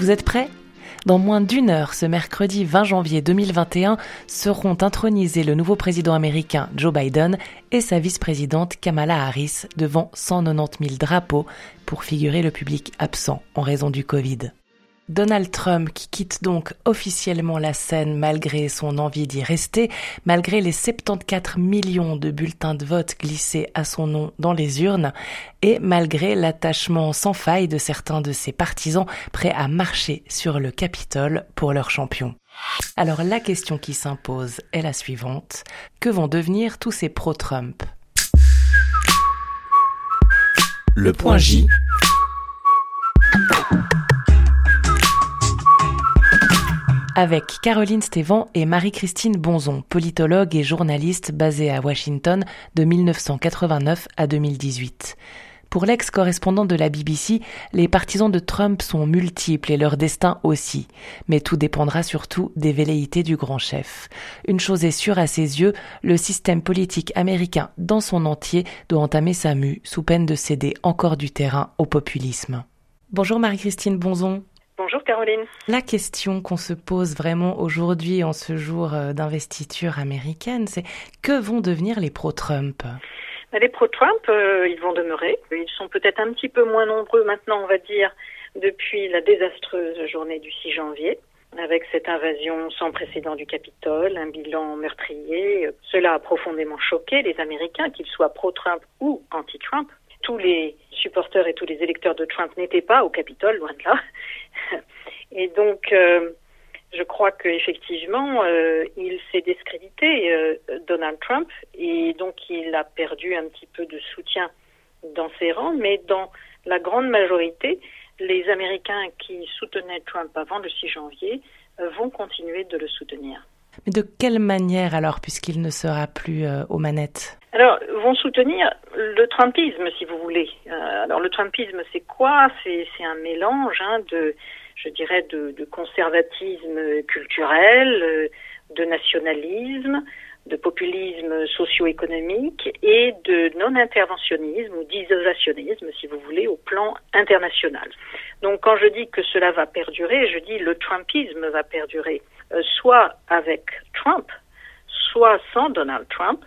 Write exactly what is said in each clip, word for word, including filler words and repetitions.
Vous êtes prêts ? Dans moins d'une heure, ce mercredi vingt janvier deux mille vingt et un, seront intronisés le nouveau président américain Joe Biden et sa vice-présidente Kamala Harris devant cent quatre-vingt-dix mille drapeaux pour figurer le public absent en raison du Covid. Donald Trump qui quitte donc officiellement la scène malgré son envie d'y rester, malgré les soixante-quatorze millions de bulletins de vote glissés à son nom dans les urnes et malgré l'attachement sans faille de certains de ses partisans prêts à marcher sur le Capitole pour leur champion. Alors la question qui s'impose est la suivante. Que vont devenir tous ces pro-Trump ? Le point J. Avec Caroline Stévan et Marie-Christine Bonzon, politologue et journaliste basée à Washington de dix-neuf cent quatre-vingt-neuf à deux mille dix-huit. Pour l'ex-correspondant de la B B C, les partisans de Trump sont multiples et leur destin aussi. Mais tout dépendra surtout des velléités du grand chef. Une chose est sûre à ses yeux, le système politique américain dans son entier doit entamer sa mue sous peine de céder encore du terrain au populisme. Bonjour Marie-Christine Bonzon. Bonjour Caroline. La question qu'on se pose vraiment aujourd'hui en ce jour d'investiture américaine, c'est que vont devenir les pro-Trump ? Les pro-Trump, euh, ils vont demeurer. Ils sont peut-être un petit peu moins nombreux maintenant, on va dire, depuis la désastreuse journée du six janvier, avec cette invasion sans précédent du Capitole, un bilan meurtrier. Cela a profondément choqué les Américains, qu'ils soient pro-Trump ou anti-Trump. Tous les supporters et tous les électeurs de Trump n'étaient pas au Capitole, loin de là. Et donc, euh, je crois qu'effectivement, euh, il s'est discrédité, euh, Donald Trump, et donc il a perdu un petit peu de soutien dans ses rangs, mais dans la grande majorité, les Américains qui soutenaient Trump avant le six janvier euh, vont continuer de le soutenir. Mais de quelle manière alors, puisqu'il ne sera plus euh, aux manettes ? Alors, vont soutenir le Trumpisme, si vous voulez. Euh, alors, le Trumpisme, c'est quoi ? C'est, c'est un mélange hein, de, je dirais, de, de conservatisme culturel, euh, de nationalisme, de populisme socio-économique et de non-interventionnisme ou d'isolationnisme, si vous voulez, au plan international. Donc, quand je dis que cela va perdurer, je dis le Trumpisme va perdurer, euh, soit avec Trump, soit sans Donald Trump,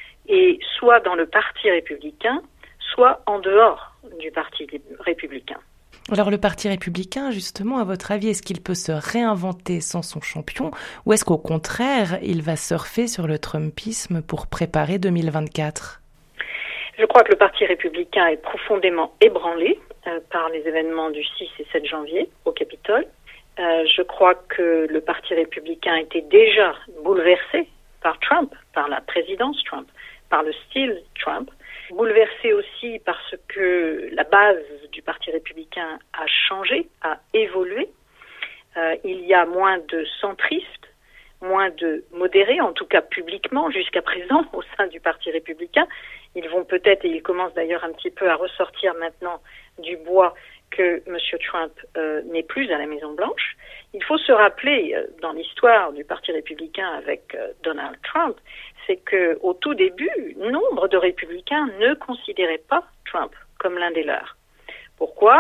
et soit dans le Parti républicain, soit en dehors du Parti républicain. Alors le Parti républicain, justement, à votre avis, est-ce qu'il peut se réinventer sans son champion ou est-ce qu'au contraire, il va surfer sur le Trumpisme pour préparer deux mille vingt-quatre ? Je crois que le Parti républicain est profondément ébranlé euh, par les événements du six et sept janvier au Capitole. Euh, je crois que le Parti républicain était déjà bouleversé par Trump, par la présidence Trump, par le style Trump, bouleversé aussi parce que la base du Parti républicain a changé, a évolué. Euh, il y a moins de centristes, moins de modérés, en tout cas publiquement jusqu'à présent au sein du Parti républicain. Ils vont peut-être, et ils commencent d'ailleurs un petit peu à ressortir maintenant du bois, que M. Trump euh, n'est plus à la Maison-Blanche. Il faut se rappeler, euh, dans l'histoire du Parti républicain avec euh, Donald Trump, c'est que au tout début, nombre de républicains ne considéraient pas Trump comme l'un des leurs. Pourquoi ?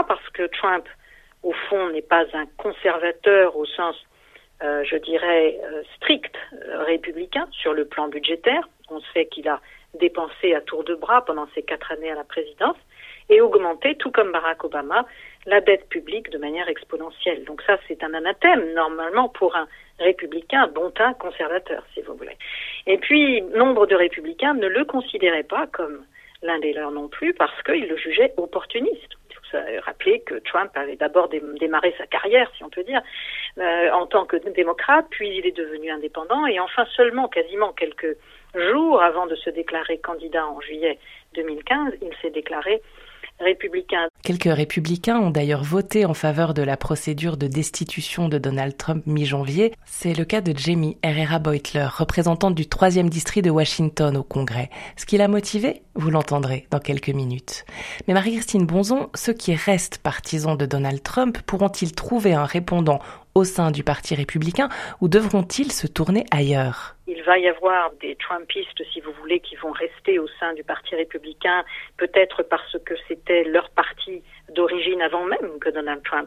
Parce que Trump, au fond, n'est pas un conservateur au sens, euh, je dirais, euh, strict euh, républicain sur le plan budgétaire. On sait qu'il a dépensé à tour de bras pendant ses quatre années à la présidence et augmenté, tout comme Barack Obama, la dette publique de manière exponentielle. Donc ça, c'est un anathème, normalement, pour un républicain bon teint conservateur, si vous voulez. Et puis, nombre de républicains ne le considéraient pas comme l'un des leurs non plus, parce qu'ils le jugeaient opportuniste. Il faut se rappeler que Trump avait d'abord démarré sa carrière, si on peut dire, euh, en tant que démocrate, puis il est devenu indépendant, et enfin seulement quasiment quelques jours avant de se déclarer candidat en juillet deux mille quinze, il s'est déclaré républicains. Quelques républicains ont d'ailleurs voté en faveur de la procédure de destitution de Donald Trump mi-janvier. C'est le cas de Jamie Herrera Beutler, représentante du troisième district de Washington au Congrès. Ce qui l'a motivé, vous l'entendrez dans quelques minutes. Mais Marie-Christine Bonzon, ceux qui restent partisans de Donald Trump pourront-ils trouver un répondant au sein du Parti républicain ou devront-ils se tourner ailleurs ? Il va y avoir des Trumpistes, si vous voulez, qui vont rester au sein du Parti républicain, peut-être parce que c'était leur parti d'origine avant même que Donald Trump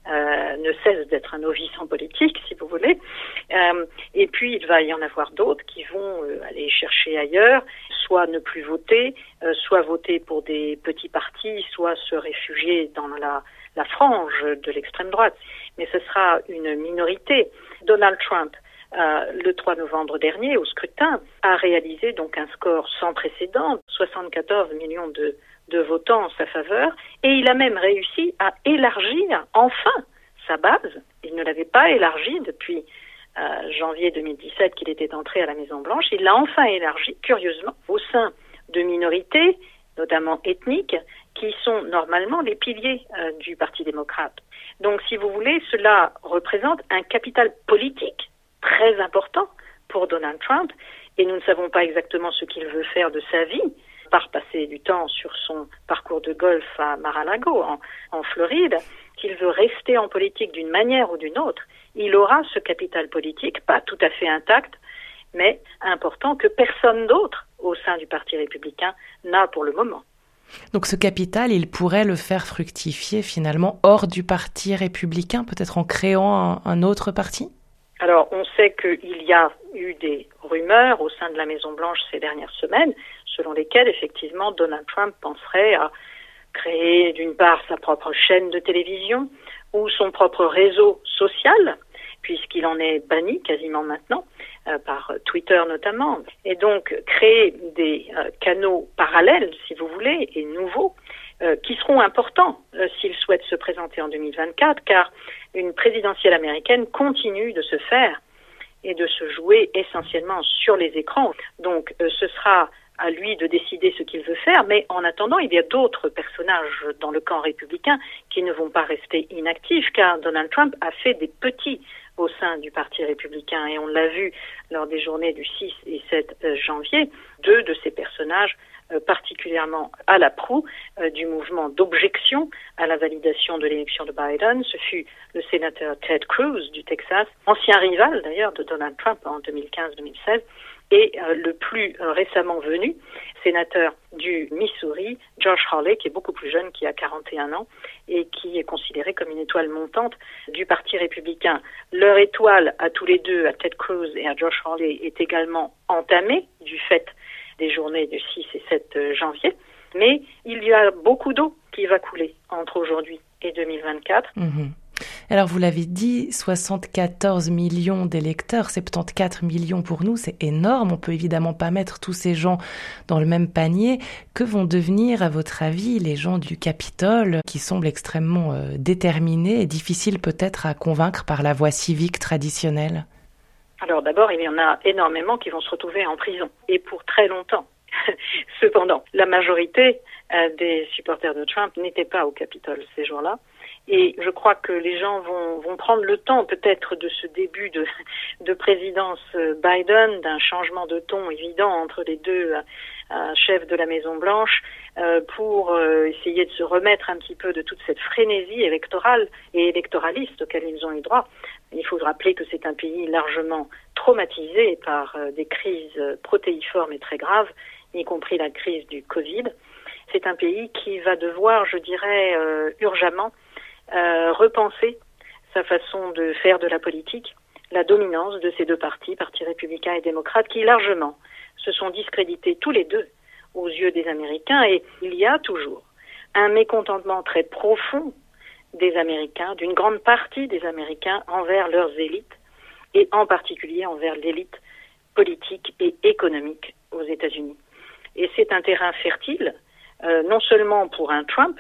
euh, ne cesse d'être un novice en politique, si vous voulez. Euh, et puis, il va y en avoir d'autres qui vont euh, aller chercher ailleurs, soit ne plus voter, euh, soit voter pour des petits partis, soit se réfugier dans la, la frange de l'extrême droite. Mais ce sera une minorité. Donald Trump, euh, le trois novembre dernier, au scrutin, a réalisé donc un score sans précédent, soixante-quatorze millions de de votants en sa faveur, et il a même réussi à élargir enfin sa base. Il ne l'avait pas élargie depuis euh, janvier deux mille dix-sept qu'il était entré à la Maison-Blanche. Il l'a enfin élargie, curieusement, au sein de minorités, notamment ethniques, qui sont normalement les piliers euh, du Parti démocrate. Donc, si vous voulez, cela représente un capital politique très important pour Donald Trump, et nous ne savons pas exactement ce qu'il veut faire de sa vie, par passer du temps sur son parcours de golf à Mar-a-Lago, en, en Floride, qu'il veut rester en politique d'une manière ou d'une autre. Il aura ce capital politique, pas tout à fait intact, mais important, que personne d'autre au sein du Parti républicain n'a pour le moment. Donc ce capital, il pourrait le faire fructifier finalement hors du Parti républicain, peut-être en créant un, un autre parti ? Alors, on sait qu'il y a eu des rumeurs au sein de la Maison-Blanche ces dernières semaines, selon lesquelles, effectivement, Donald Trump penserait à créer, d'une part, sa propre chaîne de télévision ou son propre réseau social, puisqu'il en est banni quasiment maintenant, euh, par Twitter notamment, et donc créer des euh, canaux parallèles, si vous voulez, et nouveaux, euh, qui seront importants euh, s'il souhaite se présenter en deux mille vingt-quatre, car une présidentielle américaine continue de se faire et de se jouer essentiellement sur les écrans. Donc euh, ce sera à lui de décider ce qu'il veut faire, mais en attendant, il y a d'autres personnages dans le camp républicain qui ne vont pas rester inactifs, car Donald Trump a fait des petits au sein du Parti républicain, et on l'a vu lors des journées du six et sept janvier, deux de ces personnages euh, particulièrement à la proue euh, du mouvement d'objection à la validation de l'élection de Biden. Ce fut le sénateur Ted Cruz du Texas, ancien rival d'ailleurs de Donald Trump en deux mille quinze deux mille seize, et euh, le plus euh, récemment venu, sénateur du Missouri, Josh Hawley, qui est beaucoup plus jeune, qui a quarante et un ans, et qui est considéré comme une étoile montante du Parti républicain. Leur étoile à tous les deux, à Ted Cruz et à Josh Hawley, est également entamée du fait des journées du six et sept janvier, mais il y a beaucoup d'eau qui va couler entre aujourd'hui et deux mille vingt-quatre. Mmh. Alors vous l'avez dit, soixante-quatorze millions d'électeurs, soixante-quatorze millions pour nous, c'est énorme. On peut évidemment pas mettre tous ces gens dans le même panier. Que vont devenir, à votre avis, les gens du Capitole qui semblent extrêmement euh, déterminés et difficiles peut-être à convaincre par la voie civique traditionnelle ? Alors d'abord, il y en a énormément qui vont se retrouver en prison, et pour très longtemps. Cependant, la majorité euh, des supporters de Trump n'étaient pas au Capitole ces jours-là. Et je crois que les gens vont, vont prendre le temps peut-être de ce début de, de présidence Biden, d'un changement de ton évident entre les deux euh, chefs de la Maison-Blanche, euh, pour euh, essayer de se remettre un petit peu de toute cette frénésie électorale et électoraliste auquel ils ont eu droit. Il faut rappeler que c'est un pays largement traumatisé par euh, des crises protéiformes et très graves, y compris la crise du Covid. C'est un pays qui va devoir, je dirais, euh, urgemment Euh, repenser sa façon de faire de la politique, la dominance de ces deux partis, Parti républicain et démocrate, qui largement se sont discrédités tous les deux aux yeux des Américains. Et il y a toujours un mécontentement très profond des Américains, d'une grande partie des Américains, envers leurs élites, et en particulier envers l'élite politique et économique aux États-Unis. Et c'est un terrain fertile, euh, non seulement pour un Trump,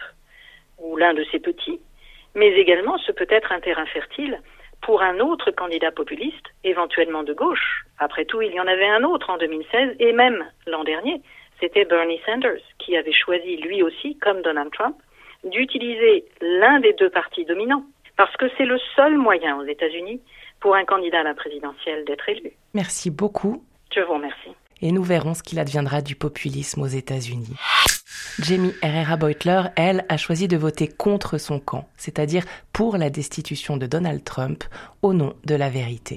ou l'un de ses petits, mais également ce peut être un terrain fertile pour un autre candidat populiste, éventuellement de gauche. Après tout, il y en avait un autre en deux mille seize, et même l'an dernier, c'était Bernie Sanders, qui avait choisi lui aussi, comme Donald Trump, d'utiliser l'un des deux partis dominants, parce que c'est le seul moyen aux États-Unis pour un candidat à la présidentielle d'être élu. Merci beaucoup. Je vous remercie. Et nous verrons ce qu'il adviendra du populisme aux États-Unis. Jamie Herrera Beutler, elle, a choisi de voter contre son camp, c'est-à-dire pour la destitution de Donald Trump au nom de la vérité.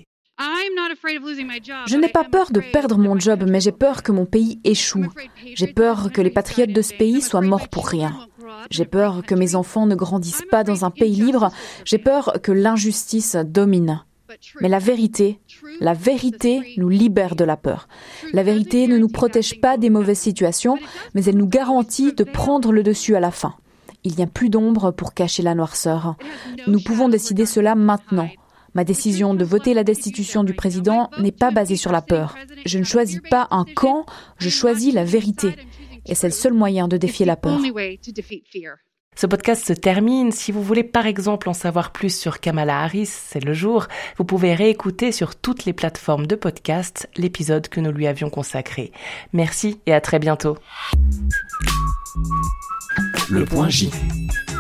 Je n'ai pas peur de perdre mon job, mais j'ai peur que mon pays échoue. J'ai peur que les patriotes de ce pays soient morts pour rien. J'ai peur que mes enfants ne grandissent pas dans un pays libre. J'ai peur que l'injustice domine. Mais la vérité, la vérité nous libère de la peur. La vérité ne nous protège pas des mauvaises situations, mais elle nous garantit de prendre le dessus à la fin. Il n'y a plus d'ombre pour cacher la noirceur. Nous pouvons décider cela maintenant. Ma décision de voter la destitution du président n'est pas basée sur la peur. Je ne choisis pas un camp, je choisis la vérité. Et c'est le seul moyen de défier la peur. Ce podcast se termine. Si vous voulez par exemple en savoir plus sur Kamala Harris, c'est le jour, vous pouvez réécouter sur toutes les plateformes de podcast l'épisode que nous lui avions consacré. Merci et à très bientôt. Le point J.